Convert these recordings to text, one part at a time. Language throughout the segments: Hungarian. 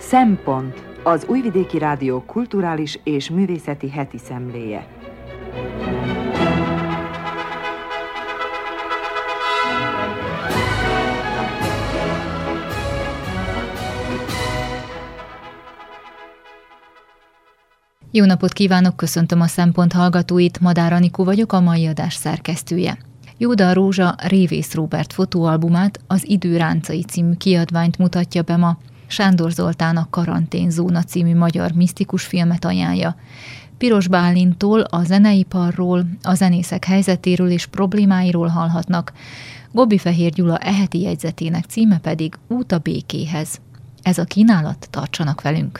Szempont, az Újvidéki Rádió kulturális és művészeti heti szemléje. Jó napot kívánok, köszöntöm a Szempont hallgatóit, Madár Anikó vagyok, a mai adás szerkesztője. Jóda Rózsa Révész Róbert fotóalbumát, az Idő ráncai című kiadványt mutatja be ma. Sándor Zoltán a Karanténzóna című magyar misztikus filmet ajánlja. Piros Bálintól a zeneiparról, a zenészek helyzetéről és problémáiról hallhatnak. Gobbi Fehér Gyula eheti jegyzetének címe pedig Út a békéhez. Ez a kínálat, tartsanak velünk!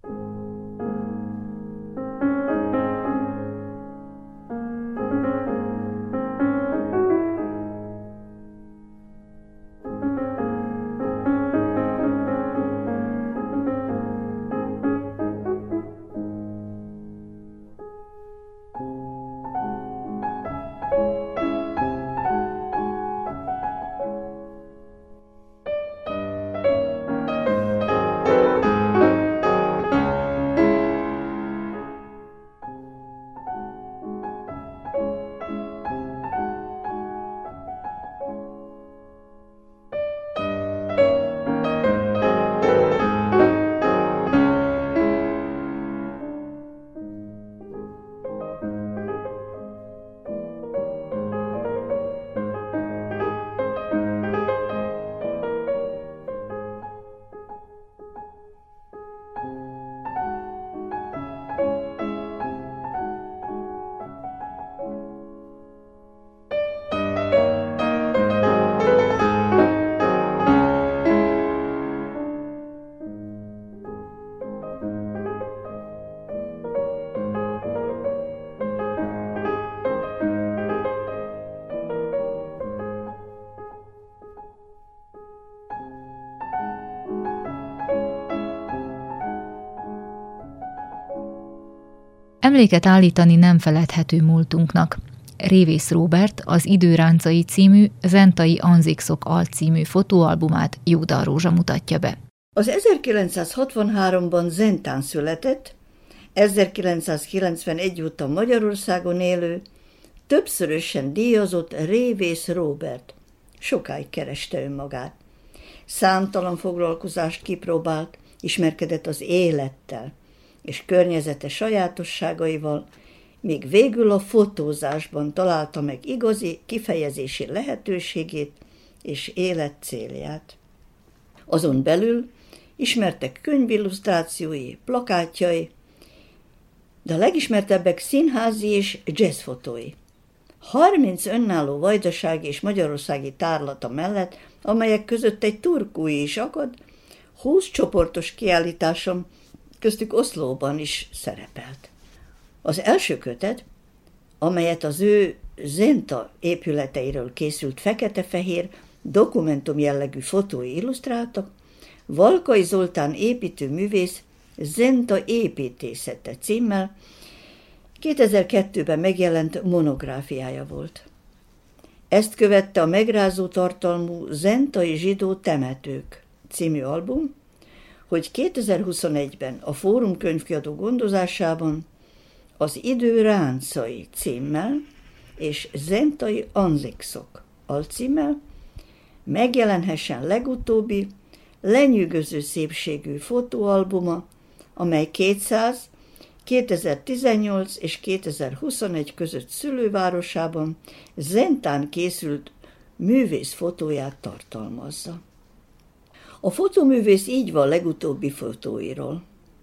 Emléket állítani nem feledhető múltunknak. Révész Róbert az Idő ráncai című Zentai Anzikszok alcímű fotóalbumát Jóda Rózsa mutatja be. Az 1963-ban Zentán született, 1991 óta Magyarországon élő, többszörösen díjazott Révész Róbert. Sokáig kereste önmagát. Számtalan foglalkozást kipróbált, ismerkedett az élettel és környezete sajátosságaival, míg végül a fotózásban találta meg igazi kifejezési lehetőségét és élet célját. Azon belül ismertek könyvillusztrációi, plakátjai, de a legismertebbek színházi és jazzfotói. 30 önálló vajdasági és magyarországi tárlata mellett, amelyek között egy turkúi is akad, 20 csoportos kiállításon, köztük Oszlóban is szerepelt. Az első kötet, amelyet az ő Zenta épületeiről készült fekete-fehér, dokumentum jellegű fotói illusztráltak, Valkai Zoltán építőművész Zenta építészete címmel 2002-ben megjelent monográfiája volt. Ezt követte a megrázó tartalmú Zentai zsidó temetők című album, hogy 2021-ben a Fórum könyvkiadó gondozásában az Idő ráncai címmel és Zentai Anzikszok alcímmel megjelenhessen legutóbbi, lenyűgöző szépségű fotóalbuma, amely 200, 2018 és 2021 között szülővárosában Zentán készült művész fotóját tartalmazza. A fotóművész így van legutóbbi fotóiról.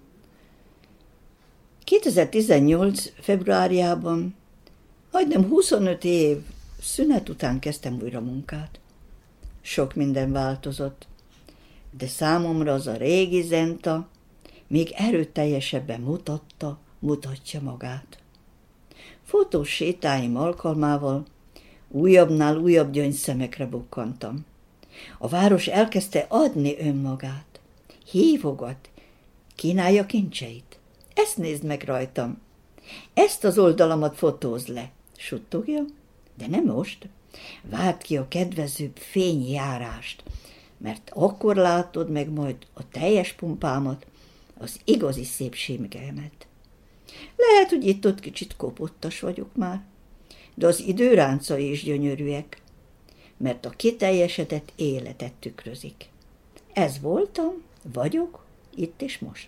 2018. februárjában, majdnem 25 év szünet után kezdtem újra munkát. Sok minden változott, de számomra az a régi Zenta még erőteljesebben mutatja magát. Fotós sétáim alkalmával újabbnál újabb gyöngyszemekre bukkantam. A város elkezdte adni önmagát. Hívogat, kínálja kincseit. Ezt nézd meg rajtam. Ezt az oldalamat fotózd le. Suttogja, de nem most. Várd ki a kedvezőbb fényjárást, mert akkor látod meg majd a teljes pumpámat, az igazi szépségemet. Lehet, hogy itt-ott kicsit kopottas vagyok már, de az időráncai is gyönyörűek, mert a kiteljesedett életet tükrözik. Ez voltam, vagyok, itt és most.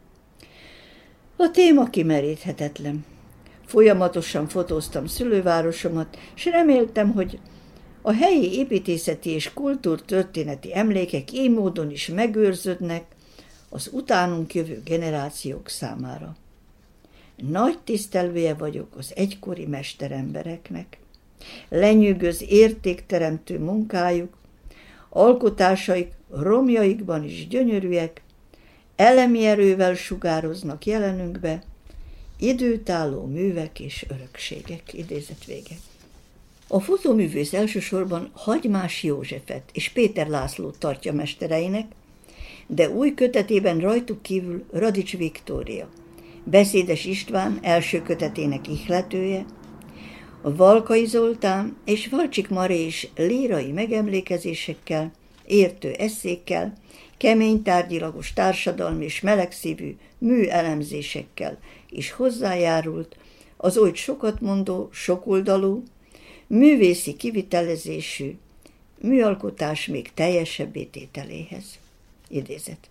A téma kimeríthetetlen. Folyamatosan fotóztam szülővárosomat, és reméltem, hogy a helyi építészeti és kultúrtörténeti emlékek így módon is megőrződnek az utánunk jövő generációk számára. Nagy tisztelője vagyok az egykori mesterembereknek. Lenyűgöz értékteremtő munkájuk, alkotásaik romjaikban is gyönyörűek, elemi erővel sugároznak jelenünkbe, időtálló művek és örökségek. Idézet vége. A fotóművész elsősorban Hagymás Józsefet és Péter Lászlót tartja mestereinek, de új kötetében rajtuk kívül Radics Viktória, Beszédes István első kötetének ihletője, Valkai Zoltán és Valcsik Maré is lírai megemlékezésekkel, értő eszékkel, kemény tárgyilagos társadalmi és melegszívű műelemzésekkel is hozzájárult az oly sokat mondó, sokoldalú, művészi kivitelezésű műalkotás még teljesebb tételéhez. Idézet.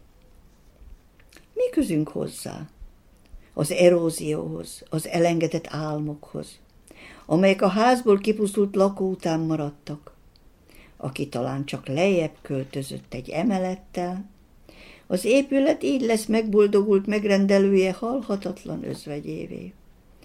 Mi közünk hozzá? Az erózióhoz, az elengedett álmokhoz, amelyek a házból kipusztult lakó után maradtak, aki talán csak lejjebb költözött egy emelettel, az épület így lesz megboldogult megrendelője halhatatlan özvegyévé.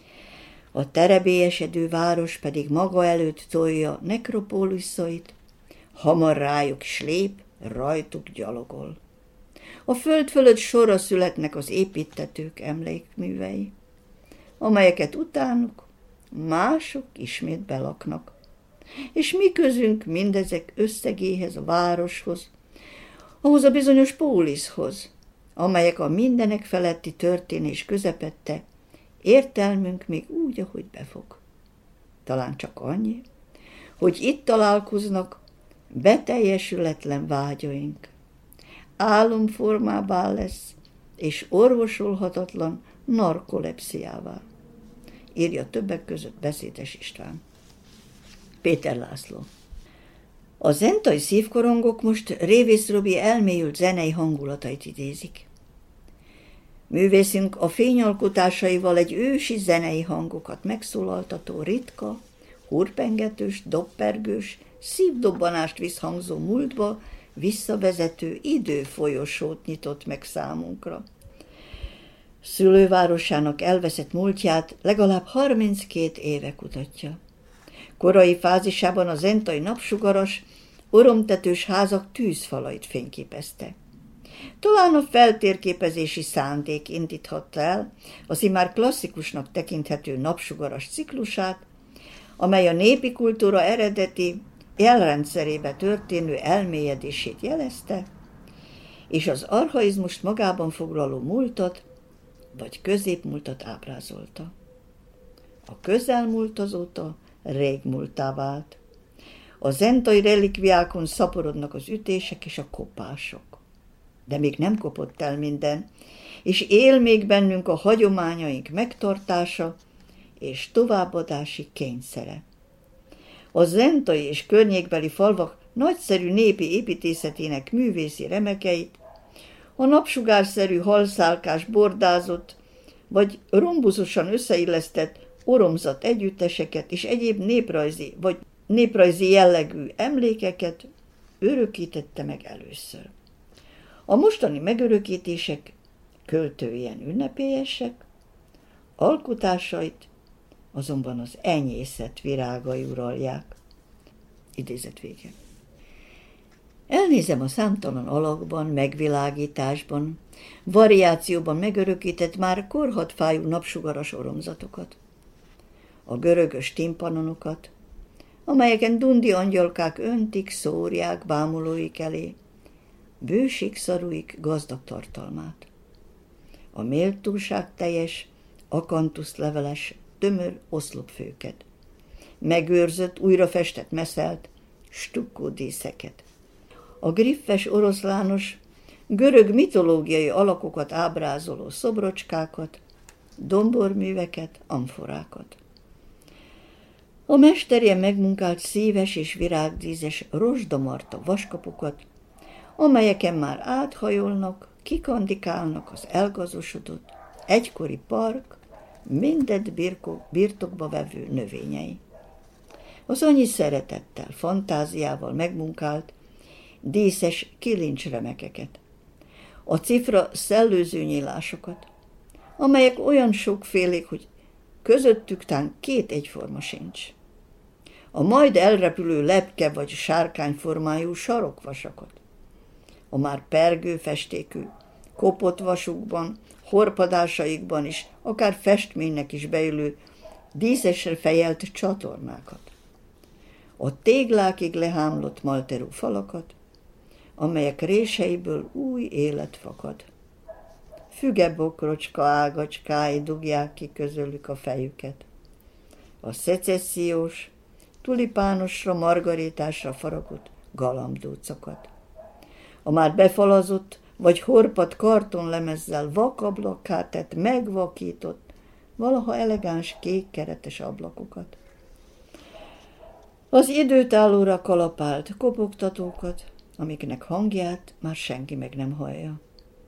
A terebélyesedő város pedig maga előtt tolja nekropoliszait, hamar rájuk is lép, rajtuk gyalogol. A föld fölött sorra születnek az építtetők emlékművei, amelyeket utánuk mások ismét belaknak. És mi közünk mindezek összegéhez, a városhoz, ahhoz a bizonyos póliszhoz, amelyek a mindenek feletti történés közepette, értelmünk még úgy, ahogy befog. Talán csak annyi, hogy itt találkoznak beteljesületlen vágyaink. Álomformává lesz, és orvosolhatatlan narkolepsziává. Írja többek között Beszédes István. Péter László. A zentai szívkorongok most Révész Robi elmélyült zenei hangulatait idézik. Művészünk a fényalkotásaival egy ősi zenei hangokat megszólaltató ritka, hurpengetős, doppergős, szívdobbanást visszhangzó múltba visszavezető időfolyosót nyitott meg számunkra. Szülővárosának elveszett múltját legalább 32 éve kutatja. Korai fázisában a zentai napsugaras, oromtetős házak tűzfalait fényképezte. Talán a feltérképezési szándék indíthatta el az immár klasszikusnak tekinthető napsugaras ciklusát, amely a népi kultúra eredeti jelrendszerébe történő elmélyedését jelezte, és az archaizmust magában foglaló múltat vagy középmúltat ábrázolta. A közelmúlt azóta régmúlttá vált. A zentai relikviákon szaporodnak az ütések és a kopások. De még nem kopott el minden, és él még bennünk a hagyományaink megtartása és továbbadási kényszere. A zentai és környékbeli falvak nagyszerű népi építészetének művészi remekeit, a napsugárszerű halszálkás bordázott, vagy rombuszosan összeillesztett oromzat együtteseket és egyéb néprajzi jellegű emlékeket örökítette meg először. A mostani megörökítések költőien ünnepélyesek, alkotásait azonban az enyészet virágai uralják. Idézet vége. Elnézem a számtalan alakban, megvilágításban, variációban megörökített már korhatfájú napsugaras oromzatokat, a görögös timpanonokat, amelyeken dundi angyalkák öntik, szórják bámulóik elé, bőségszaruik gazdag tartalmát. A méltóság teljes, akantuszleveles, tömör oszlopfőket, megőrzött, újrafestett meszelt, stukkó díszeket. A griffes oroszlános, görög mitológiai alakokat ábrázoló szobrocskákat, domborműveket, amforákat. A mester ilyen megmunkált szíves és virágdíszes rozsdamarta vaskapukat, amelyeken már áthajolnak, kikandikálnak az elgazosodott, egykori park, mindent birtokba vevő növényei. Az annyi szeretettel, fantáziával megmunkált díszes kilincsremekeket, a cifra szellőző nyílásokat, amelyek olyan sokfélék, hogy közöttük tán két egyforma sincs. A majd elrepülő lepke vagy sárkányformájú sarokvasakat, a már pergő festékű, kopott vasukban, horpadásaikban is, akár festménynek is beillő, díszesre fejelt csatornákat, a téglákig lehámlott malterú falakat, amelyek réseiből új élet fakad. Fügebokrocska ágacskái dugják ki közülük a fejüket. A szecessziós, tulipánosra, margaritásra faragott galambdúcokat. A már befalazott vagy horpadt kartonlemezzel vakablakká tett, megvakított, valaha elegáns kékkeretes ablakokat. Az időtállóra kalapált kopogtatókat, amiknek hangját már senki meg nem hallja.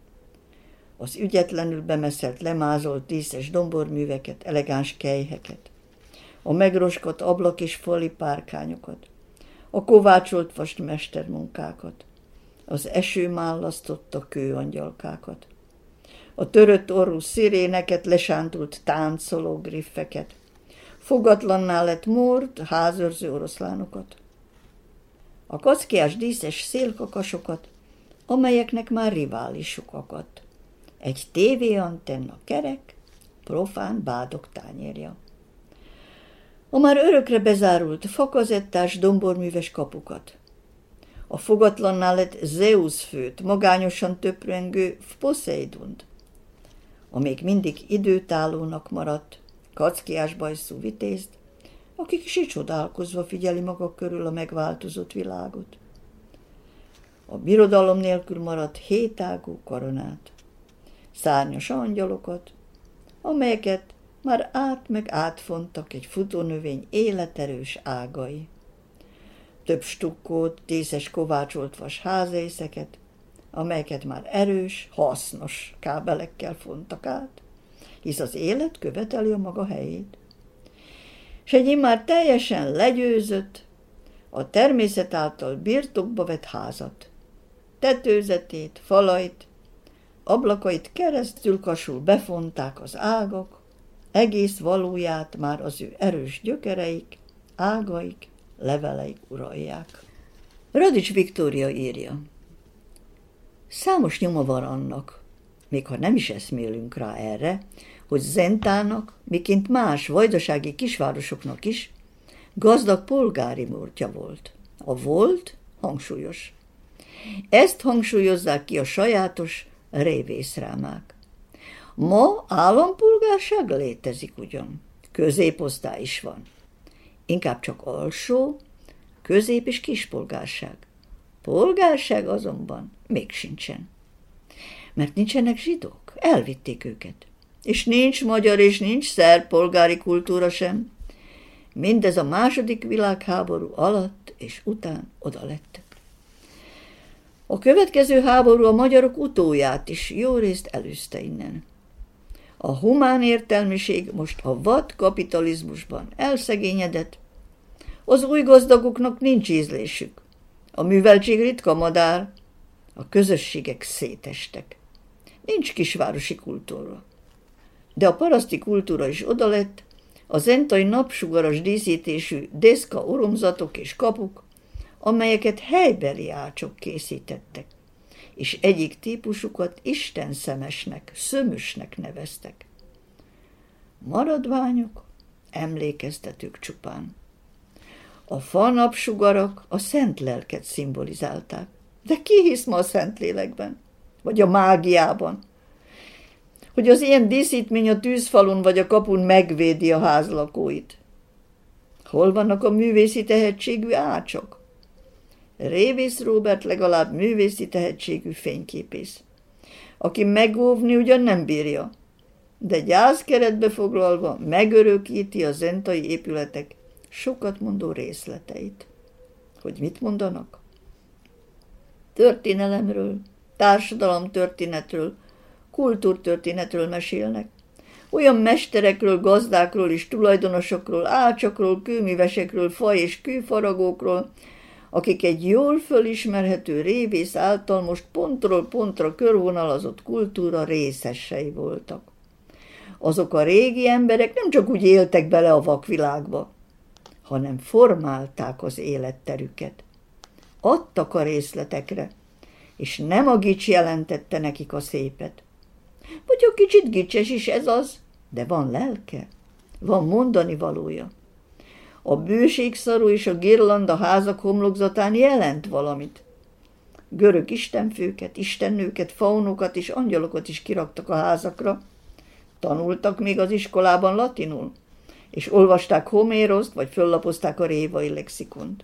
Az ügyetlenül bemeszelt, lemázolt díszes domborműveket, elegáns kelyheket, a megroskott ablak és fali párkányokat, a kovácsolt vast mestermunkákat, az esőmállasztotta kőangyalkákat, a törött orrú sziréneket, lesántult táncoló griffeket, fogatlanná lett mord, házőrző oroszlánokat, a kackiás díszes szélkakasokat, amelyeknek már riválisuk akadt, egy tévéantenna kerek, profán bádok tányérja. A már örökre bezárult fakazettás domborműves kapukat, a fogatlanná lett Zeus főt, magányosan töprengő Poseidont, a még mindig időtállónak maradt, kackiás bajszú vitézt, aki kicsit csodálkozva figyeli maga körül a megváltozott világot. A birodalom nélkül maradt hétágú koronát, szárnyas angyalokat, amelyeket már meg átfontak egy futónövény életerős ágai. Több stukkót, díszes kovácsolt vas házeészeket, amelyeket már erős, hasznos kábelekkel fontak át, hisz az élet követeli a maga helyét. S egy immár teljesen legyőzött, a természet által birtokba vett házat, tetőzetét, falait, ablakait keresztül kasul befonták az ágak, egész valóját már az ő erős gyökereik, ágaik, leveleik uralják. Radics Viktória írja: számos nyoma van annak, még ha nem is eszmélünk rá erre, hogy Zentának, miként más vajdasági kisvárosoknak is, gazdag polgári múltja volt. A volt hangsúlyos. Ezt hangsúlyozzák ki a sajátos révészrámák. Ma állampolgárság létezik ugyan, középosztály is van. Inkább csak alsó, közép- és kispolgárság. Polgárság azonban még sincsen. Mert nincsenek zsidók, elvitték őket. És nincs magyar és nincs szerb polgári kultúra sem. Mindez a második világháború alatt és után oda lett. A következő háború a magyarok utóját is jó részt előzte innen. A humán értelmiség most a vad kapitalizmusban elszegényedett, az új gazdagoknak nincs ízlésük, a műveltség ritka madár, a közösségek szétestek. Nincs kisvárosi kultúra. De a paraszti kultúra is odalett, a zentai napsugaras díszítésű deszka oromzatok és kapuk, amelyeket helybeli ácsok készítettek, és egyik típusukat istenszemesnek, szömösnek neveztek. Maradványok, emlékeztetők csupán. A fanapsugarak a szent lelket szimbolizálták. De ki hisz ma a Szentlélekben? Vagy a mágiában? Hogy az ilyen díszítmény a tűzfalun vagy a kapun megvédi a házlakóit. Hol vannak a művészi tehetségű ácsok? Révész Róbert legalább művészi tehetségű fényképész, aki megóvni ugyan nem bírja, de gyászkeretbe foglalva megörökíti a zentai épületek sokat mondó részleteit. Hogy mit mondanak? Történelemről, társadalomtörténetről, kultúrtörténetről mesélnek. Olyan mesterekről, gazdákról és tulajdonosokról, ácsakról, kőművesekről, fa- és kőfaragókról, akik egy jól fölismerhető révész által most pontról pontra körvonalazott kultúra részesei voltak. Azok a régi emberek nem csak úgy éltek bele a vakvilágba, hanem formálták az életterüket. Adtak a részletekre, és nem a gics jelentette nekik a szépet. Vagy a kicsit gicses is ez az, de van lelke, van mondani valója. A bőségszarú és a girlanda házak homlokzatán jelent valamit. Görög istenfőket, istennőket, faunokat és angyalokat is kiraktak a házakra. Tanultak még az iskolában latinul, és olvasták Homéroszt, vagy föllapozták a révai lexikont.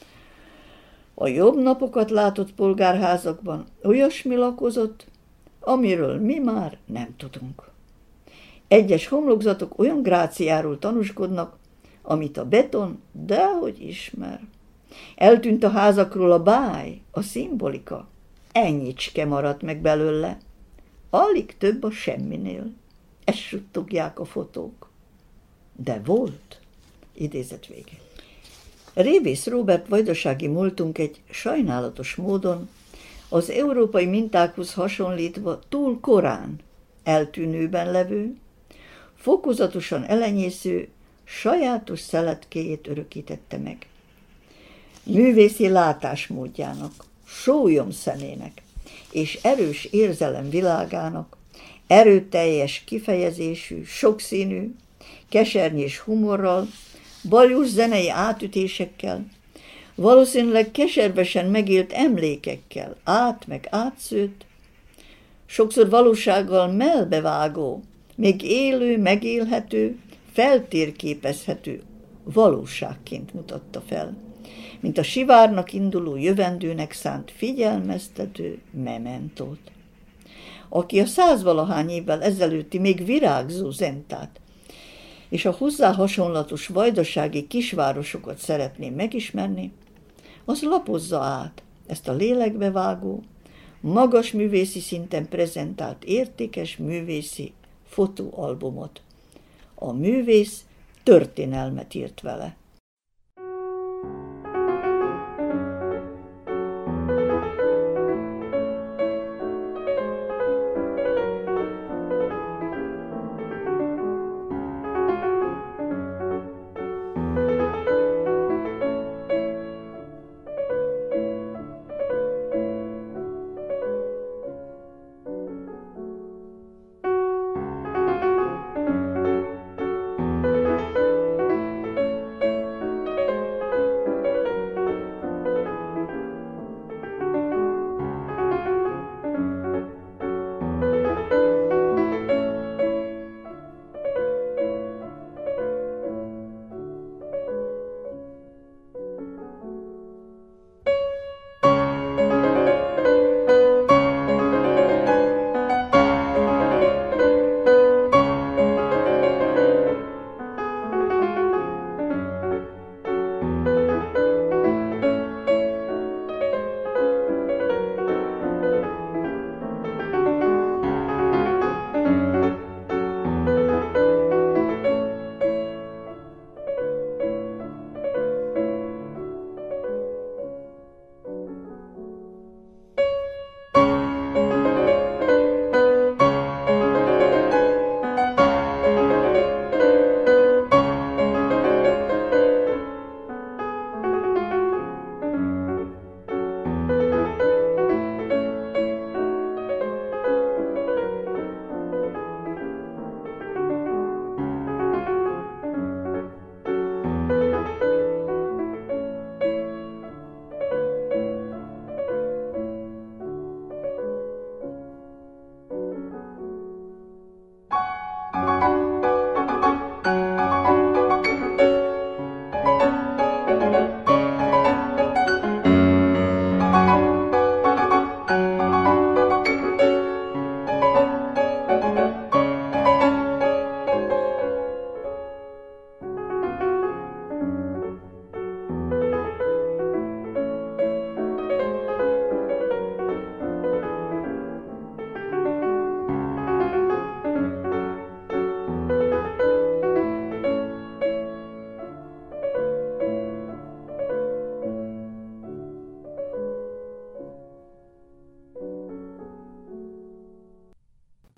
A jobb napokat látott polgárházakban olyasmi lakozott, amiről mi már nem tudunk. Egyes homlokzatok olyan gráciáról tanúskodnak, amit a beton dehogy ismer. Eltűnt a házakról a báj, a szimbolika. Ennyicske maradt meg belőle. Alig több a semminél. Ezt suttogják a fotók. De volt. Idézet vége. Révész Róbert vajdasági múltunk egy sajnálatos módon az európai mintákhoz hasonlítva túl korán eltűnőben levő, fokozatosan elenyésző, sajátos szeletkéjét örökítette meg. Művészi látásmódjának, sólyom szemének és erős érzelem világának, erőteljes kifejezésű, sokszínű, kesernyés humorral, baljós zenei átütésekkel, valószínűleg keservesen megélt emlékekkel, meg átszőtt, sokszor valósággal mellbevágó, még élő, megélhető, feltérképezhető valóságként mutatta fel, mint a sivárnak induló jövendőnek szánt figyelmeztető mementót. Aki a 100-valahány évvel ezelőtti még virágzó Zentát és a hozzá hasonlatos vajdasági kisvárosokat szeretné megismerni, az lapozza át ezt a lélekbevágó, magas művészi szinten prezentált értékes művészi fotóalbumot. A művész történelmet írt vele.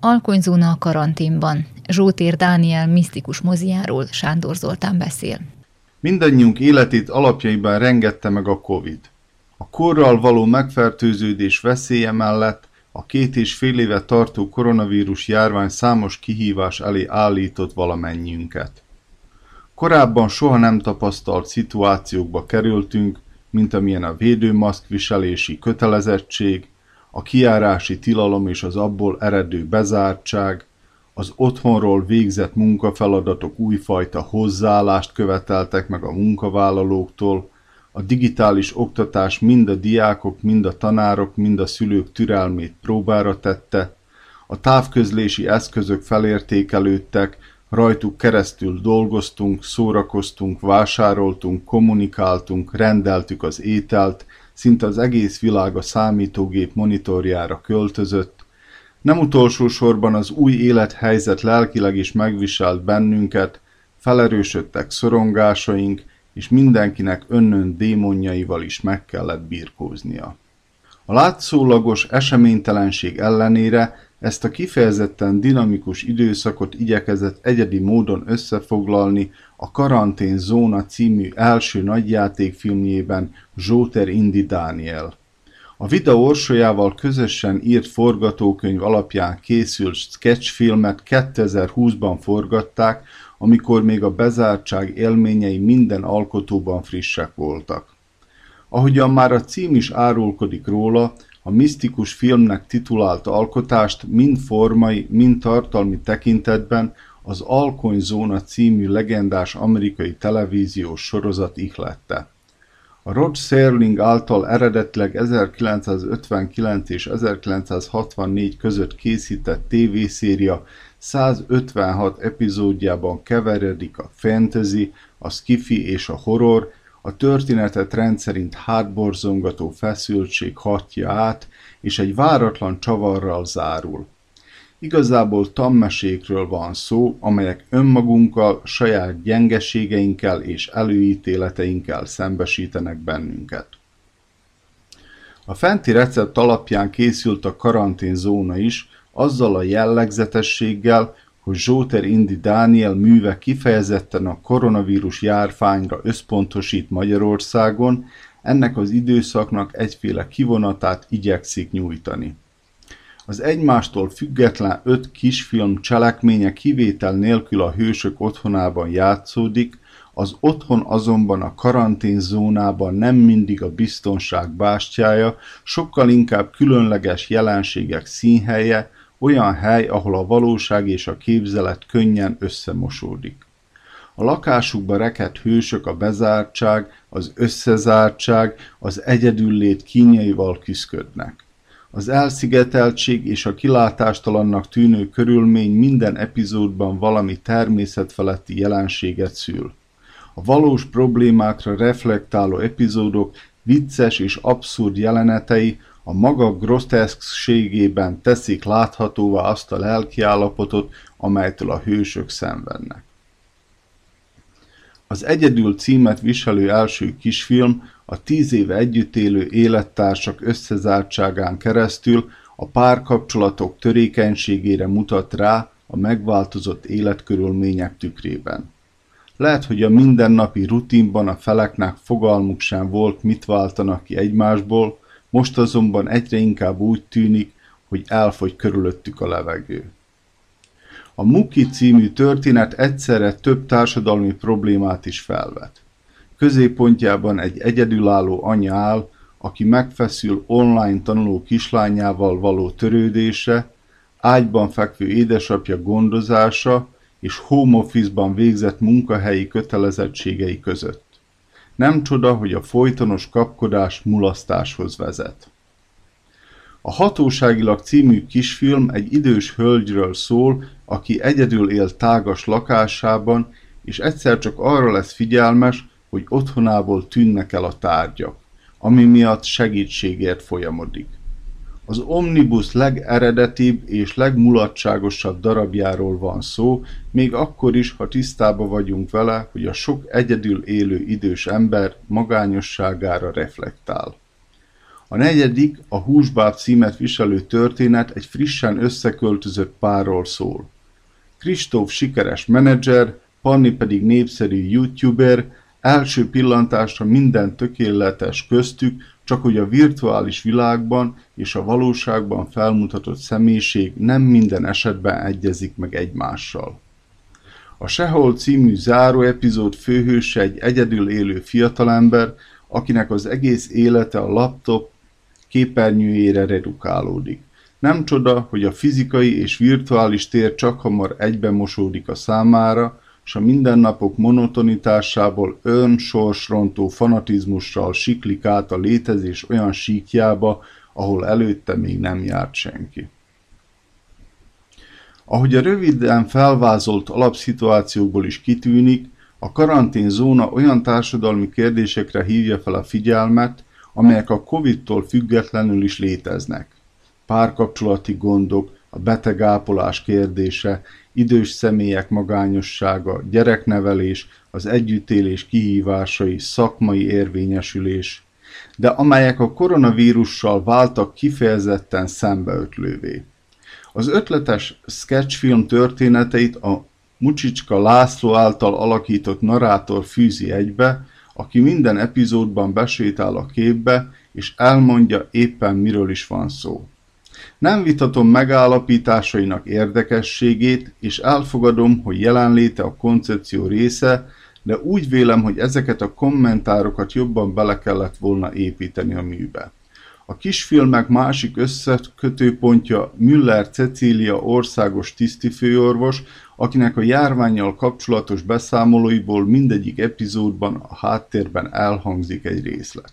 Alkonyzóna a karanténban. Zsótér Dániel misztikus moziáról Sándor Zoltán beszél. Mindannyiunk életét alapjaiban rengette meg a Covid. A korral való megfertőződés veszélye mellett a 2,5 éve tartó koronavírus járvány számos kihívás elé állított valamennyiünket. Korábban soha nem tapasztalt szituációkba kerültünk, mint amilyen a védőmaszkviselési kötelezettség, a kijárási tilalom és az abból eredő bezártság, az otthonról végzett munkafeladatok újfajta hozzáállást követeltek meg a munkavállalóktól, a digitális oktatás mind a diákok, mind a tanárok, mind a szülők türelmét próbára tette, a távközlési eszközök felértékelődtek, rajtuk keresztül dolgoztunk, szórakoztunk, vásároltunk, kommunikáltunk, rendeltük az ételt, szinte az egész világ a számítógép monitorjára költözött. Nem utolsó sorban az új élethelyzet lelkileg is megviselt bennünket, felerősödtek szorongásaink, és mindenkinek önnön démonjaival is meg kellett birkóznia. A látszólagos eseménytelenség ellenére ezt a kifejezetten dinamikus időszakot igyekezett egyedi módon összefoglalni a Karanténzóna című első nagyjátékfilmjében Zsótér Indi Dániel. A Vida Orsolyával közösen írt forgatókönyv alapján készült sketchfilmet 2020-ban forgatták, amikor még a bezártság élményei minden alkotóban frissek voltak. Ahogyan már a cím is árulkodik róla, a misztikus filmnek titulált alkotást mind formai, mind tartalmi tekintetben az Alkonyzóna című legendás amerikai televíziós sorozat ihlette. A Rod Serling által eredetileg 1959 és 1964 között készített tévészéria 156 epizódjában keveredik a fantasy, a sci-fi és a horror, a történetet rendszerint hátborzongató feszültség hatja át, és egy váratlan csavarral zárul. Igazából tanmesékről van szó, amelyek önmagunkkal, saját gyengeségeinkkel és előítéleteinkkel szembesítenek bennünket. A fenti recept alapján készült a Karanténzóna is, azzal a jellegzetességgel, hogy Zsótér Indi Dániel műve kifejezetten a koronavírus járványra összpontosít Magyarországon, ennek az időszaknak egyféle kivonatát igyekszik nyújtani. Az egymástól független 5 kisfilm cselekménye kivétel nélkül a hősök otthonában játszódik, az otthon azonban a karanténzónában nem mindig a biztonság bástyája, sokkal inkább különleges jelenségek színhelye, olyan hely, ahol a valóság és a képzelet könnyen összemosódik. A lakásukba rekedt hősök a bezártság, az összezártság, az egyedüllét kínjaival küszködnek. Az elszigeteltség és a kilátástalannak tűnő körülmény minden epizódban valami természetfeletti jelenséget szül. A valós problémákra reflektáló epizódok vicces és abszurd jelenetei a maga groteszkségében teszik láthatóvá azt a lelkiállapotot, amelytől a hősök szenvednek. Az Egyedül címet viselő első kisfilm a 10 éve együtt élő élettársak összezártságán keresztül a párkapcsolatok törékenységére mutat rá a megváltozott életkörülmények tükrében. Lehet, hogy a mindennapi rutinban a feleknek fogalmuk sem volt, mit váltanak ki egymásból, most azonban egyre inkább úgy tűnik, hogy elfogy körülöttük a levegő. A Muki című történet egyszerre több társadalmi problémát is felvet. Középpontjában egy egyedülálló anya áll, aki megfeszül online tanuló kislányával való törődése, ágyban fekvő édesapja gondozása és home office-ban végzett munkahelyi kötelezettségei között. Nem csoda, hogy a folytonos kapkodás mulasztáshoz vezet. A Hatóságilag című kisfilm egy idős hölgyről szól, aki egyedül él tágas lakásában, és egyszer csak arra lesz figyelmes, hogy otthonából tűnnek el a tárgyak, ami miatt segítségért folyamodik. Az Omnibus legeredetibb és legmulatságosabb darabjáról van szó, még akkor is, ha tisztában vagyunk vele, hogy a sok egyedül élő idős ember magányosságára reflektál. A negyedik, a Húsbáb címet viselő történet egy frissen összeköltözött párról szól. Kristóf sikeres menedzser, Panni pedig népszerű youtuber, első pillantásra minden tökéletes köztük, csak hogy a virtuális világban és a valóságban felmutatott személyiség nem minden esetben egyezik meg egymással. A Sehol című záró epizód főhőse egy egyedül élő fiatalember, akinek az egész élete a laptop képernyőjére redukálódik. Nem csoda, hogy a fizikai és virtuális tér csakhamar egyben mosódik a számára, s a mindennapok monotonitásából önsorsrontó fanatizmussal siklik át a létezés olyan síkjába, ahol előtte még nem járt senki. Ahogy a röviden felvázolt alapszituációkból is kitűnik, a karanténzóna olyan társadalmi kérdésekre hívja fel a figyelmet, amelyek a Covid-tól függetlenül is léteznek. Párkapcsolati gondok, a betegápolás kérdése, idős személyek magányossága, gyereknevelés, az együttélés kihívásai, szakmai érvényesülés, de amelyek a koronavírussal váltak kifejezetten szembeötlővé. Az ötletes sketchfilm történeteit a Mucsicska László által alakított narrátor fűzi egybe, aki minden epizódban besétál a képbe, és elmondja éppen miről is van szó. Nem vitatom megállapításainak érdekességét, és elfogadom, hogy jelenléte a koncepció része, de úgy vélem, hogy ezeket a kommentárokat jobban bele kellett volna építeni a műbe. A kisfilmek másik összekötőpontja Müller Cecília országos tisztifőorvos, akinek a járvánnyal kapcsolatos beszámolóiból mindegyik epizódban a háttérben elhangzik egy részlet.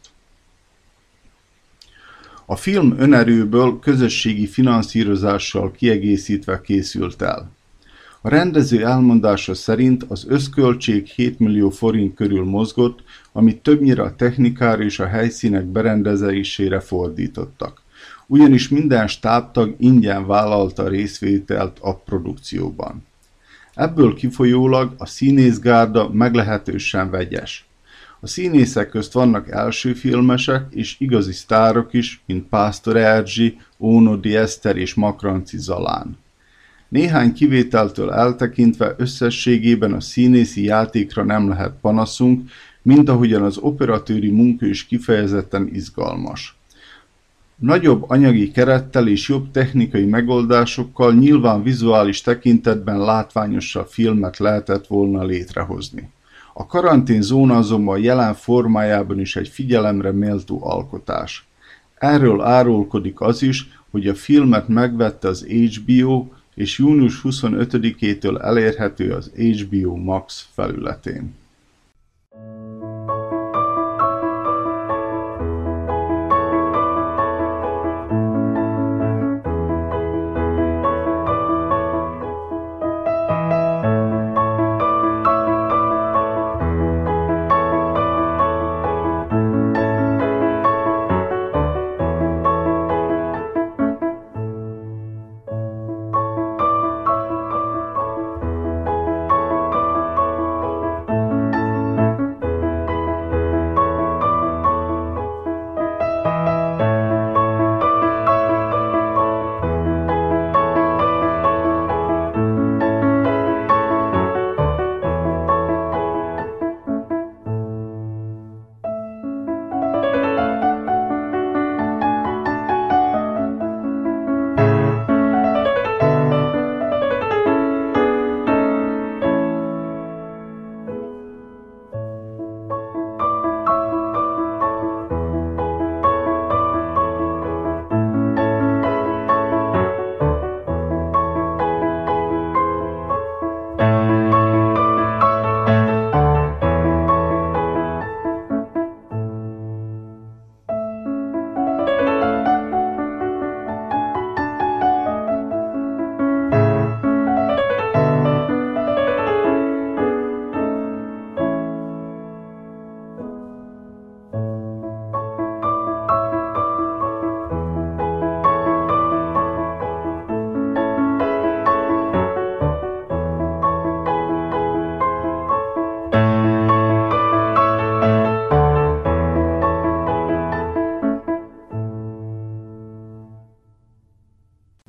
A film önerőből közösségi finanszírozással kiegészítve készült el. A rendező elmondása szerint az összköltség 7 millió forint körül mozgott, amit többnyire a technikára és a helyszínek berendezésére fordítottak. Ugyanis minden stábtag ingyen vállalta a részvételt a produkcióban. Ebből kifolyólag a színészgárda meglehetősen vegyes. A színészek közt vannak elsőfilmesek és igazi sztárok is, mint Pásztor Erzsi, Ónodi Eszter és Makranci Zalán. Néhány kivételtől eltekintve összességében a színészi játékra nem lehet panaszunk, mint ahogyan az operatőri munka is kifejezetten izgalmas. Nagyobb anyagi kerettel és jobb technikai megoldásokkal nyilván vizuális tekintetben látványosabb filmet lehetett volna létrehozni. A karanténzóna azonban jelen formájában is egy figyelemre méltó alkotás. Erről árulkodik az is, hogy a filmet megvette az HBO, és június 25-től elérhető az HBO Max felületén.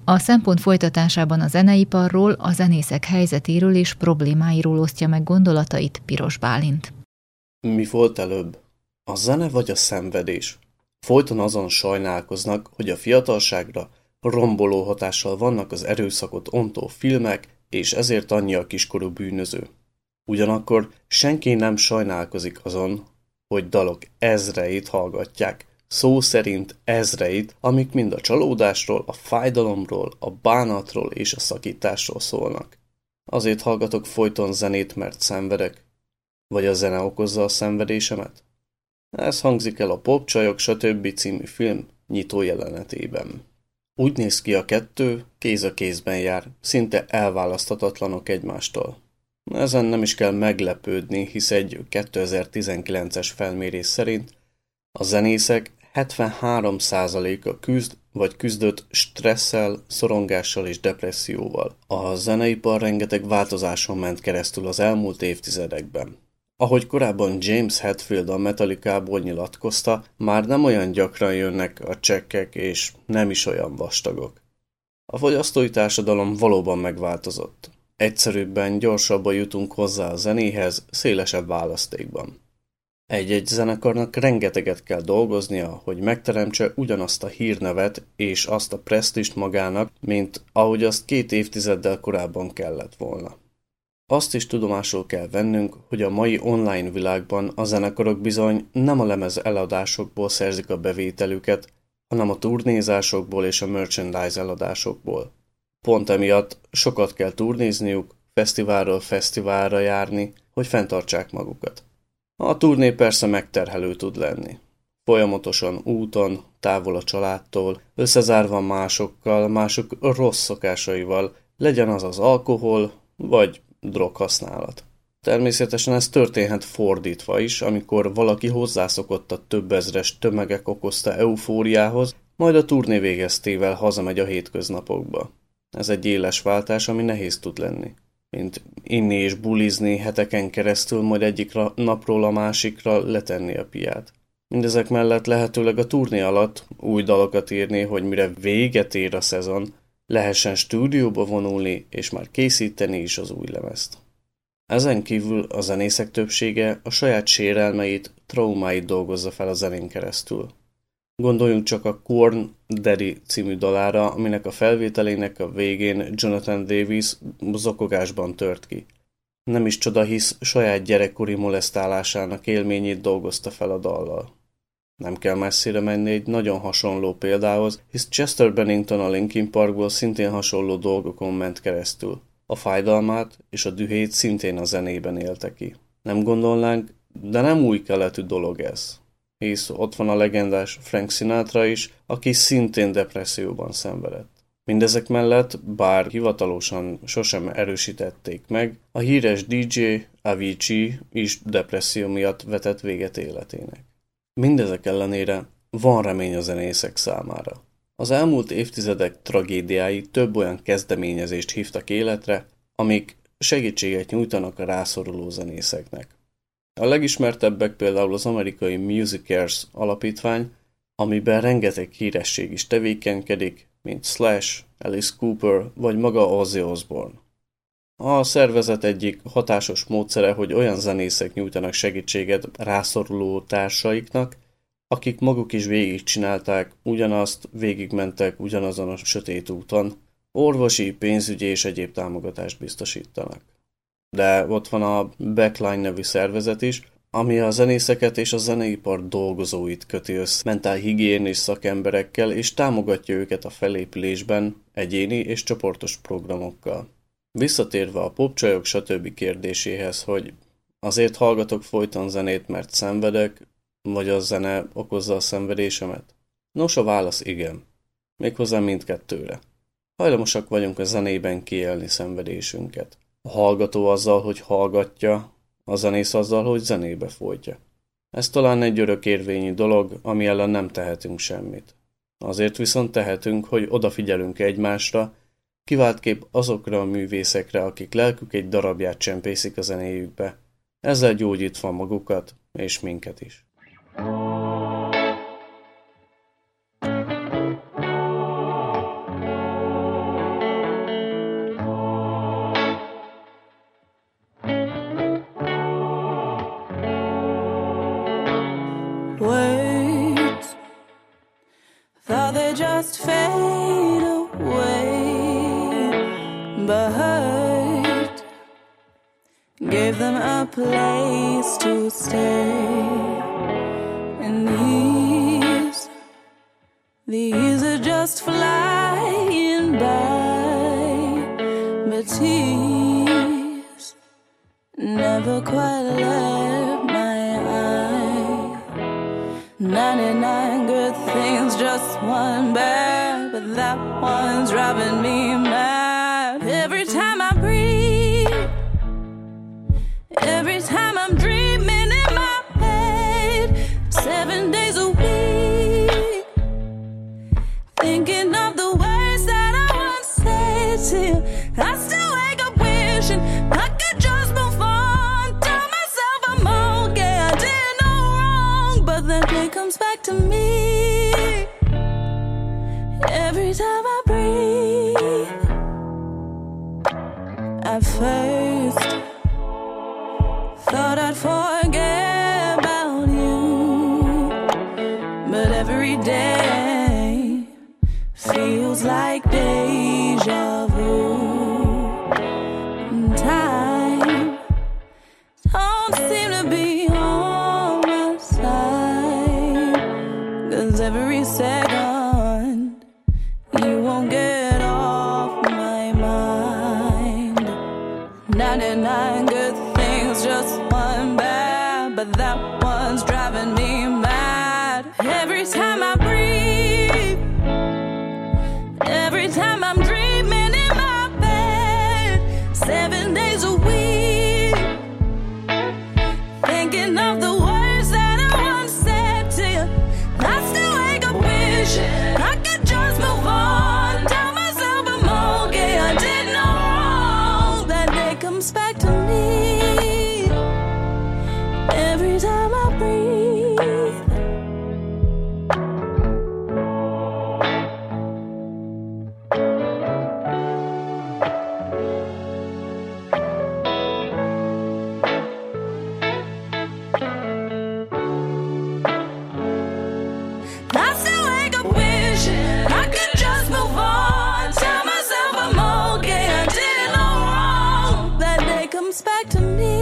A szempont folytatásában a zeneiparról, a zenészek helyzetéről és problémáiról osztja meg gondolatait Piros Bálint. Mi volt előbb? A zene vagy a szenvedés? Folyton azon sajnálkoznak, hogy a fiatalságra romboló hatással vannak az erőszakot ontó filmek, és ezért annyi a kiskorú bűnöző. Ugyanakkor senki nem sajnálkozik azon, hogy dalok ezreit hallgatják, szó szerint ezreit, amik mind a csalódásról, a fájdalomról, a bánatról és a szakításról szólnak. Azért hallgatok folyton zenét, mert szenvedek? Vagy a zene okozza a szenvedésemet? Ez hangzik el a Popcsajok stb. Című film nyitó jelenetében. Úgy néz ki, a kettő kéz a kézben jár, szinte elválaszthatatlanok egymástól. Ezen nem is kell meglepődni, hisz egy 2019-es felmérés szerint a zenészek 73%-a küzd vagy küzdött stresszel, szorongással és depresszióval. A zeneipar rengeteg változáson ment keresztül az elmúlt évtizedekben. Ahogy korábban James Hetfield a Metallicából nyilatkozta, már nem olyan gyakran jönnek a csekkek és nem is olyan vastagok. A fogyasztói társadalom valóban megváltozott. Egyszerűbben, gyorsabban jutunk hozzá a zenéhez, szélesebb választékban. Egy-egy zenekarnak rengeteget kell dolgoznia, hogy megteremtse ugyanazt a hírnevet és azt a presztízst magának, mint ahogy azt 2 évtizeddel korábban kellett volna. Azt is tudomásul kell vennünk, hogy a mai online világban a zenekarok bizony nem a lemez eladásokból szerzik a bevételüket, hanem a turnézásokból és a merchandise eladásokból. Pont emiatt sokat kell turnézniuk, fesztiválról fesztiválra járni, hogy fenntartsák magukat. A turné persze megterhelő tud lenni. Folyamatosan úton, távol a családtól, összezárva másokkal, mások rossz szokásaival, legyen az az alkohol, vagy droghasználat. Természetesen ez történhet fordítva is, amikor valaki hozzászokott a több ezres tömegek okozta eufóriához, majd a turné végeztével hazamegy a hétköznapokba. Ez egy éles váltás, ami nehéz tud lenni. Mint inni és bulizni heteken keresztül, majd egyik napról a másikra letenni a piát. Mindezek mellett lehetőleg a turné alatt új dalokat írni, hogy mire véget ér a szezon, lehessen stúdióba vonulni és már készíteni is az új lemezt. Ezen kívül a zenészek többsége a saját sérelmeit, traumáit dolgozza fel a zenén keresztül. Gondoljunk csak a Korn Daddy című dalára, aminek a felvételének a végén Jonathan Davis zokogásban tört ki. Nem is csoda, hisz saját gyerekkori molesztálásának élményét dolgozta fel a dallal. Nem kell messzire menni egy nagyon hasonló példához, hisz Chester Bennington a Linkin Parkból szintén hasonló dolgokon ment keresztül. A fájdalmát és a dühét szintén a zenében élte ki. Nem gondolnánk, de nem új keletű dolog ez. Hisz ott van a legendás Frank Sinatra is, aki szintén depresszióban szenvedett. Mindezek mellett, bár hivatalosan sosem erősítették meg, a híres DJ Avicii is depresszió miatt vetett véget életének. Mindezek ellenére van remény a zenészek számára. Az elmúlt évtizedek tragédiái több olyan kezdeményezést hívtak életre, amik segítséget nyújtanak a rászoruló zenészeknek. A legismertebbek például az amerikai Musicers alapítvány, amiben rengeteg híresség is tevékenykedik, mint Slash, Alice Cooper vagy maga Ozzy Osbourne. A szervezet egyik hatásos módszere, hogy olyan zenészek nyújtanak segítséget rászoruló társaiknak, akik maguk is végigcsinálták ugyanazt, végigmentek ugyanazon a sötét úton, orvosi, pénzügyi és egyéb támogatást biztosítanak. De ott van a Backline nevű szervezet is, ami a zenészeket és a zeneipar dolgozóit köti össze mentálhigiénés szakemberekkel, és támogatja őket a felépülésben egyéni és csoportos programokkal. Visszatérve a popcsajok stb. Kérdéséhez, hogy azért hallgatok folyton zenét, mert szenvedek, vagy a zene okozza a szenvedésemet? Nos, a válasz igen. Méghozzá mindkettőre. Hajlamosak vagyunk a zenében kiélni szenvedésünket. A hallgató azzal, hogy hallgatja, a zenész azzal, hogy zenébe folytja. Ez talán egy örökérvényű dolog, ami ellen nem tehetünk semmit. Azért viszont tehetünk, hogy odafigyelünk egymásra, kiváltképp azokra a művészekre, akik lelkük egy darabját csempészik a zenéjükbe. Ezzel gyógyítva magukat és minket is. just fade away, but gave them a place to stay. And these are just flying by, but tears never quite left my eye. 99 good things, just one bad, but that one's driving me mad. Every time I breathe, every time I'm dreaming in my head, 7 days a week, thinking of the words that I once said till I still wake up wishing I could just move on. Tell myself I'm okay, I did no wrong, but that day comes back to me every time I breathe. At first thought I'd forget about you, but every day feels like deja vu. Time don't seem to be on my side, 'cause every second you won't get off my mind. 99 good things, just one bad, but that one's driving me mad. Every time I breathe, every time I'm dreaming in my bed, 7 days a week, thinking of the words that I once said to you. I still wake up wishing I could just move on. Tell myself I'm okay, I did no wrong. That day comes back to me every time I breathe. I still wake up wishing I could just move on. Tell myself I'm okay, I did no wrong. That day comes back to me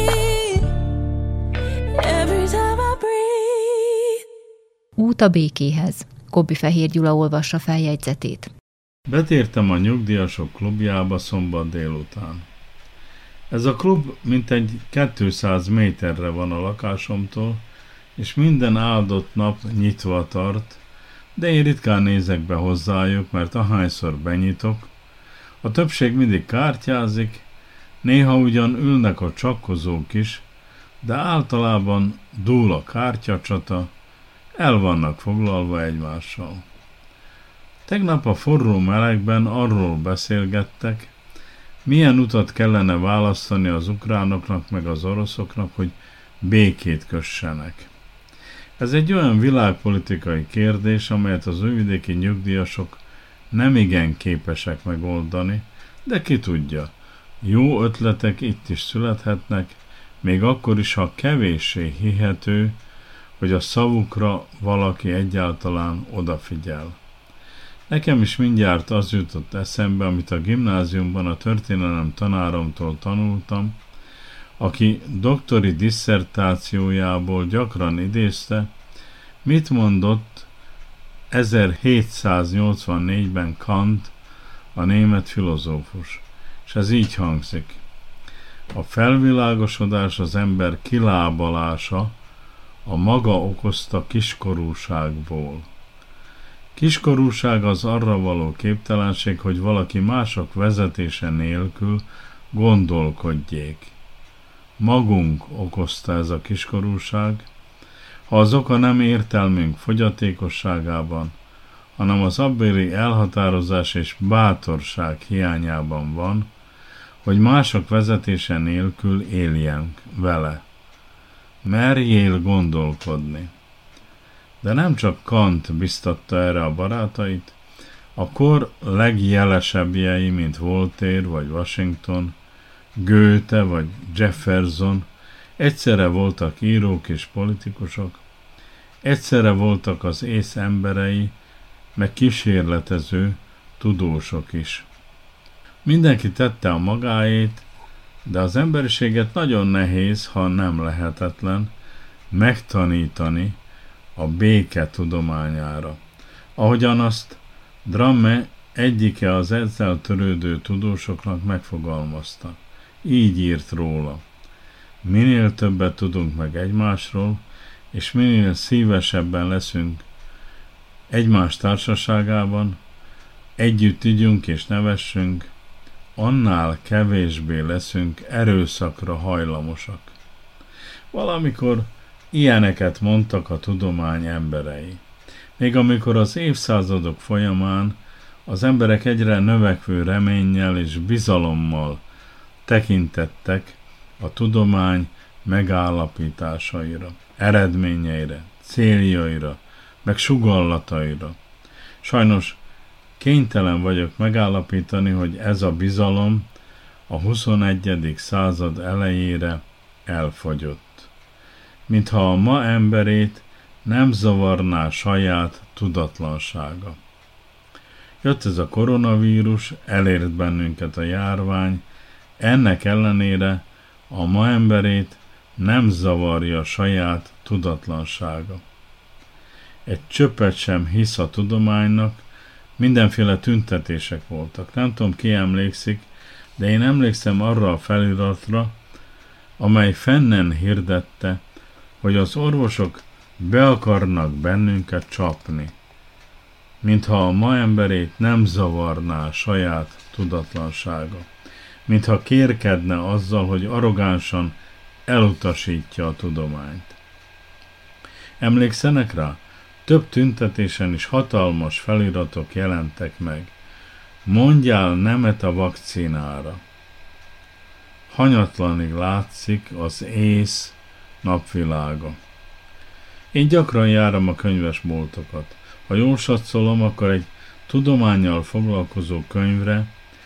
every time I breathe. Út a békéhez. Kobbi Fehér Gyula olvassa feljegyzetét. Betértem a nyugdíjasok klubjába szombat délután. Ez a klub mintegy 200 méterre van a lakásomtól, és minden áldott nap nyitva tart, de én ritkán nézek be hozzájuk, mert ahányszor benyitok, a többség mindig kártyázik, néha ugyan ülnek a csakkozók is, de általában dúl a kártyacsata, el vannak foglalva egymással. Tegnap a forró melegben arról beszélgettek, milyen utat kellene választani az ukránoknak meg az oroszoknak, hogy békét kössenek. Ez egy olyan világpolitikai kérdés, amelyet az újvidéki nyugdíjasok nemigen képesek megoldani, de ki tudja, jó ötletek itt is születhetnek, még akkor is, ha kevéssé hihető, hogy a szavukra valaki egyáltalán odafigyel. Nekem is mindjárt az jutott eszembe, amit a gimnáziumban a történelem tanáromtól tanultam, aki doktori disszertációjából gyakran idézte, mit mondott 1784-ben Kant, a német filozófus, és ez így hangzik. A felvilágosodás az ember kilábalása a maga okozta kiskorúságból. Kiskorúság az arra való képtelenség, hogy valaki mások vezetése nélkül gondolkodjék. Magunk okozta ez a kiskorúság, ha az oka nem értelmünk fogyatékosságában, hanem az abbéli elhatározás és bátorság hiányában van, hogy mások vezetése nélkül éljenk vele. Merjél gondolkodni. De nem csak Kant biztatta erre a barátait, a kor legjelesebbjei, mint Voltaire vagy Washington, Goethe vagy Jefferson, egyszerre voltak írók és politikusok, egyszerre voltak az ész emberei, meg kísérletező tudósok is. Mindenki tette a magáét, de az emberiséget nagyon nehéz, ha nem lehetetlen megtanítani a béke tudományára. Ahogyan azt Dramme egyike az ezzel törődő tudósoknak megfogalmazta. Így írt róla. Minél többet tudunk meg egymásról, és minél szívesebben leszünk egymás társaságában, együtt igyunk és nevessünk, annál kevésbé leszünk erőszakra hajlamosak. Valamikor ilyeneket mondtak a tudomány emberei. Még amikor az évszázadok folyamán az emberek egyre növekvő reménnyel és bizalommal tekintettek a tudomány megállapításaira, eredményeire, céljaira, meg sugallataira. Sajnos kénytelen vagyok megállapítani, hogy ez a bizalom a 21. század elejére elfogyott. Mintha a ma emberét nem zavarná saját tudatlansága. Jött ez a koronavírus, elért bennünket a járvány, ennek ellenére a ma emberét nem zavarja saját tudatlansága. Egy csöppet sem hisz a tudománynak, mindenféle tüntetések voltak. Nem tudom, ki emlékszik, de én emlékszem arra a feliratra, amely fennen hirdette, hogy az orvosok be akarnak bennünket csapni, mintha a ma emberét nem zavarná saját tudatlansága, mintha kérkedne azzal, hogy arrogánsan elutasítja a tudományt. Emlékszenek rá? Több tüntetésen is hatalmas feliratok jelentek meg. Mondjál nemet a vakcinára. Hanyatlanig látszik az ész napvilága. Én gyakran járom a könyvesboltokat. Ha jól satszolom, akkor egy tudománnyal foglalkozó könyvre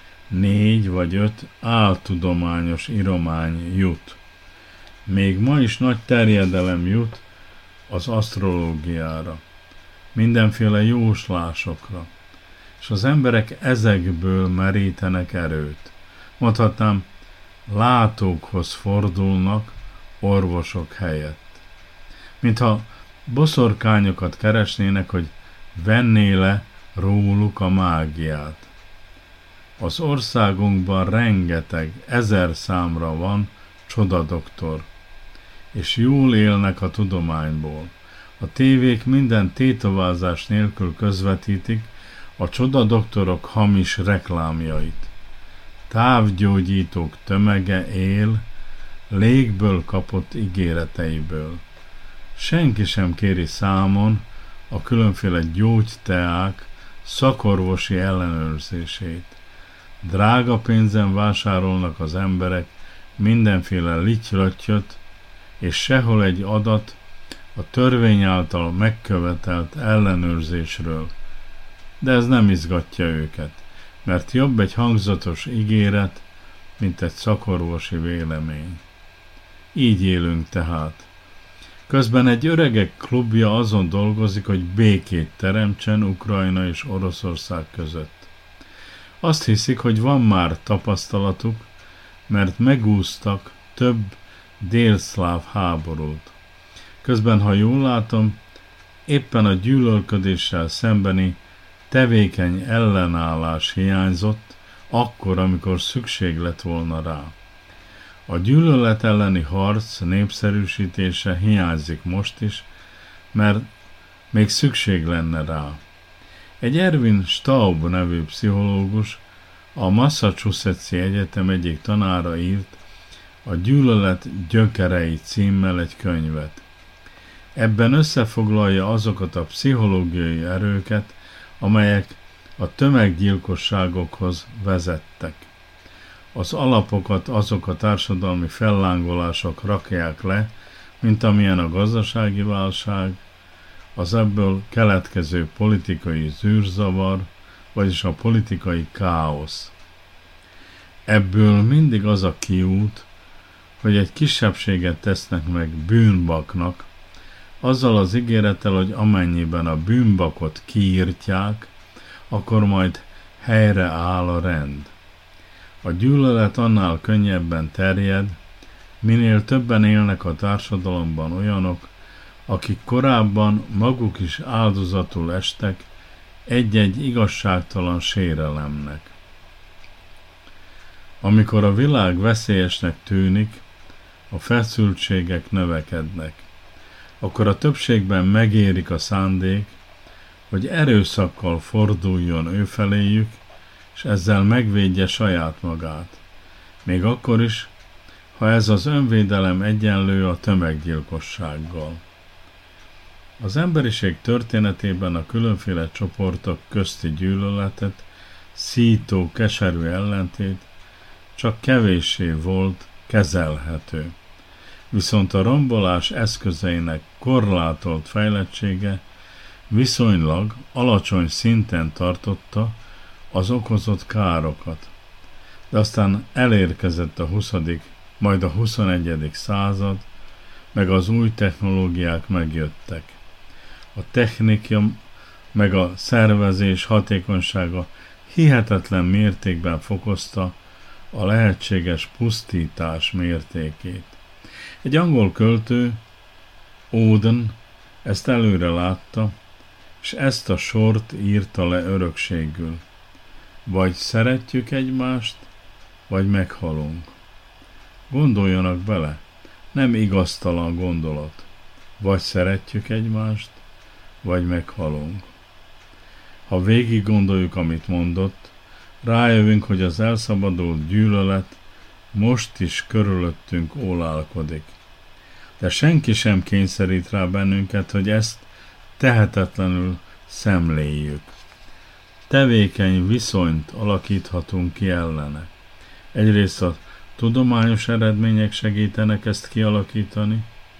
4 vagy 5 áltudományos íromány jut. Még ma is nagy terjedelem jut az asztrológiára, mindenféle jóslásokra, és az emberek ezekből merítenek erőt. Mondhatnám, látókhoz fordulnak orvosok helyett. Mintha boszorkányokat keresnének, hogy venné le róluk a mágiát. Az országunkban rengeteg, 1000 számra van csodadoktor, és jól élnek a tudományból. A tévék minden tétovázás nélkül közvetítik a csodadoktorok hamis reklámjait. Távgyógyítók tömege él légből kapott ígéreteiből. Senki sem kéri számon a különféle gyógyteák szakorvosi ellenőrzését. Drága pénzen vásárolnak az emberek mindenféle litty-lottyot, és sehol egy adat a törvény által megkövetelt ellenőrzésről. De ez nem izgatja őket, mert jobb egy hangzatos ígéret, mint egy szakorvosi vélemény. Így élünk tehát. Közben egy öregek klubja azon dolgozik, hogy békét teremtsen Ukrajna és Oroszország között. Azt hiszik, hogy van már tapasztalatuk, mert megúsztak több délszláv háborút. Közben, ha jól látom, éppen a gyűlölködéssel szembeni tevékeny ellenállás hiányzott, akkor, amikor szükség lett volna rá. A gyűlölet elleni harc népszerűsítése hiányzik most is, mert még szükség lenne rá. Egy Erwin Staub nevű pszichológus, a Massachusetts-i Egyetem egyik tanára írt a Gyűlölet gyökerei címmel egy könyvet. Ebben összefoglalja azokat a pszichológiai erőket, amelyek a tömeggyilkosságokhoz vezettek. Az alapokat azok a társadalmi fellángolások rakják le, mint amilyen a gazdasági válság, az ebből keletkező politikai zűrzavar, vagyis a politikai káosz. Ebből mindig az a kiút, hogy egy kisebbséget tesznek meg bűnbaknak, azzal az ígérettel, hogy amennyiben a bűnbakot kiírtják, akkor majd helyre áll a rend. A gyűlölet annál könnyebben terjed, minél többen élnek a társadalomban olyanok, akik korábban maguk is áldozatul estek egy-egy igazságtalan sérelemnek. Amikor a világ veszélyesnek tűnik, a feszültségek növekednek, akkor a többségben megérik a szándék, hogy erőszakkal forduljon ő feléjük, és ezzel megvédje saját magát. Még akkor is, ha ez az önvédelem egyenlő a tömeggyilkossággal. Az emberiség történetében a különféle csoportok közti gyűlöletet, szító, keserű ellentét csak kevéssé volt kezelhető. Viszont a rombolás eszközeinek korlátolt fejlettsége viszonylag alacsony szinten tartotta az okozott károkat. De aztán elérkezett a 20., majd a 21. század, meg az új technológiák megjöttek. A technika meg a szervezés hatékonysága hihetetlen mértékben fokozta a lehetséges pusztítás mértékét. Egy angol költő, Auden, ezt előre látta, és ezt a sort írta le örökségül. Vagy szeretjük egymást, vagy meghalunk. Gondoljanak bele, nem igaztalan gondolat. Vagy szeretjük egymást, vagy meghalunk. Ha végig gondoljuk, amit mondott, rájövünk, hogy az elszabadult gyűlölet most is körülöttünk ólálkodik. De senki sem kényszerít rá bennünket, hogy ezt tehetetlenül szemléljük. Tevékeny viszonyt alakíthatunk ki ellene. Egyrészt a tudományos eredmények segítenek ezt kialakítani,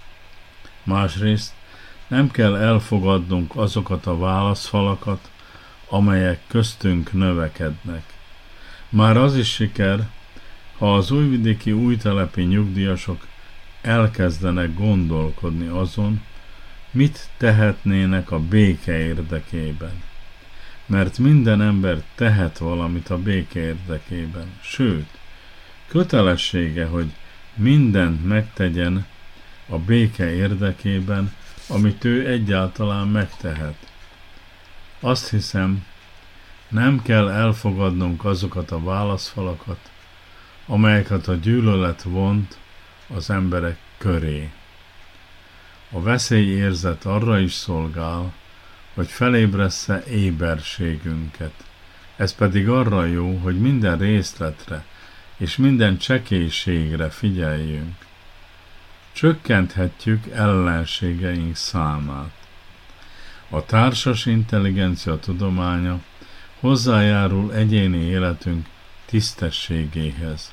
másrészt nem kell elfogadnunk azokat a válaszfalakat, amelyek köztünk növekednek. Már az is siker, ha az újvidéki újtelepi nyugdíjasok elkezdenek gondolkodni azon, mit tehetnének a béke érdekében. Mert minden ember tehet valamit a béke érdekében, sőt, kötelessége, hogy mindent megtegyen a béke érdekében, amit ő egyáltalán megtehet. Azt hiszem, nem kell elfogadnunk azokat a válaszfalakat, amelyeket a gyűlölet vont az emberek köré. A veszélyérzet arra is szolgál, hogy felébressze éberségünket. Ez pedig arra jó, hogy minden részletre és minden csekélységre figyeljünk. Csökkenthetjük ellenségeink számát. A társas intelligencia tudománya hozzájárul egyéni életünk tisztességéhez.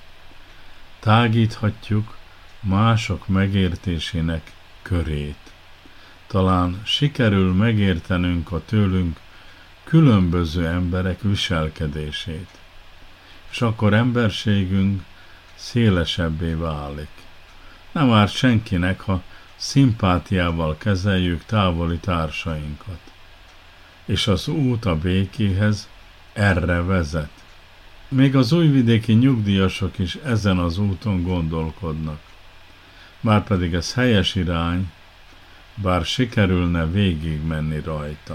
Tágíthatjuk mások megértésének körét. Talán sikerül megértenünk a tőlünk különböző emberek viselkedését, és akkor emberségünk szélesebbé válik. Nem árt senkinek, ha szimpátiával kezeljük távoli társainkat, és az út a békéhez erre vezet. Még az újvidéki nyugdíjasok is ezen az úton gondolkodnak. Márpedig ez helyes irány, bár sikerülne végigmenni rajta.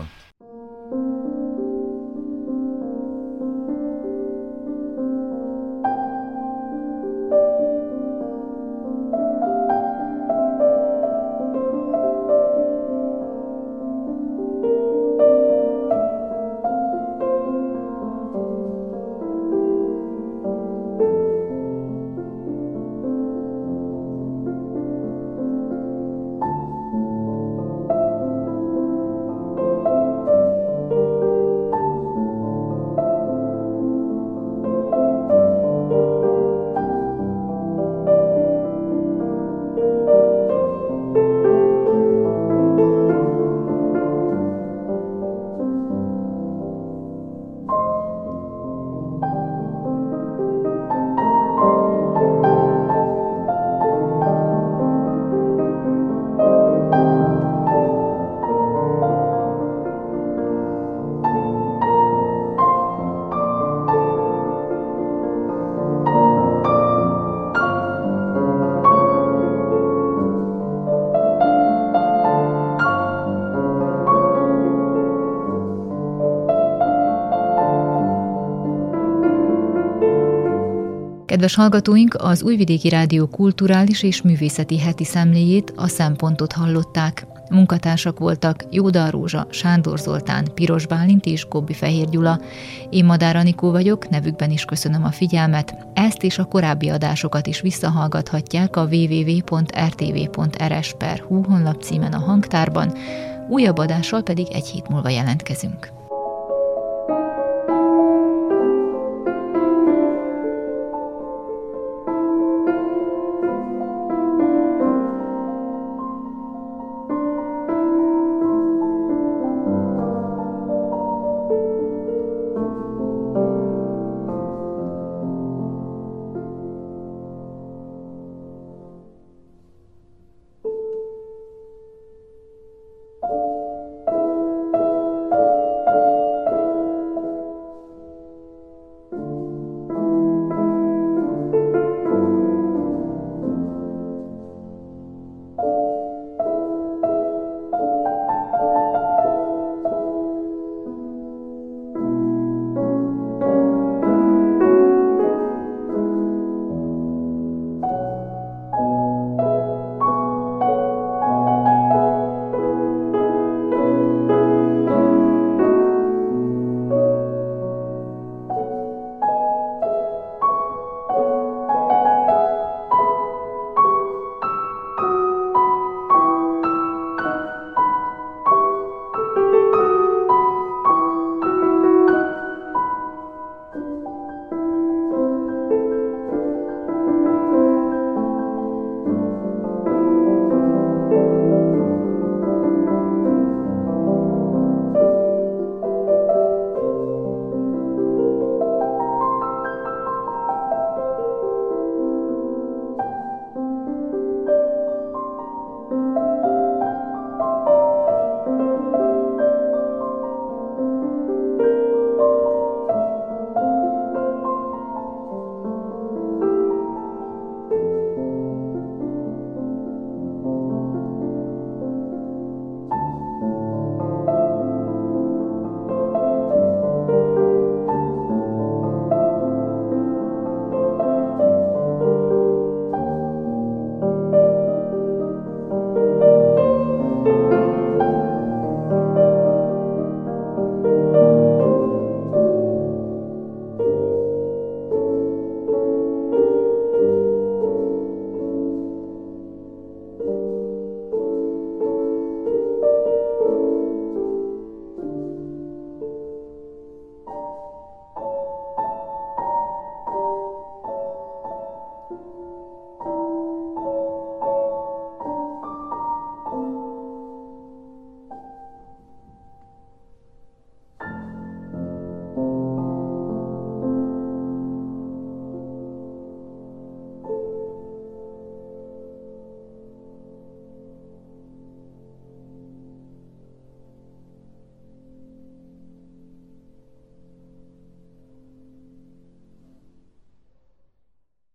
Kedves hallgatóink, az Újvidéki Rádió kulturális és művészeti heti szemléjét, a Szempontot hallották. Munkatársak voltak Jóda Rózsa, Sándor Zoltán, Piros Bálint és Gobbi Fehér Gyula. Én Madár Anikó vagyok, nevükben is köszönöm a figyelmet. Ezt és a korábbi adásokat is visszahallgathatják a www.rtv.rs.hu honlapcímen a hangtárban, újabb adással pedig egy hét múlva jelentkezünk.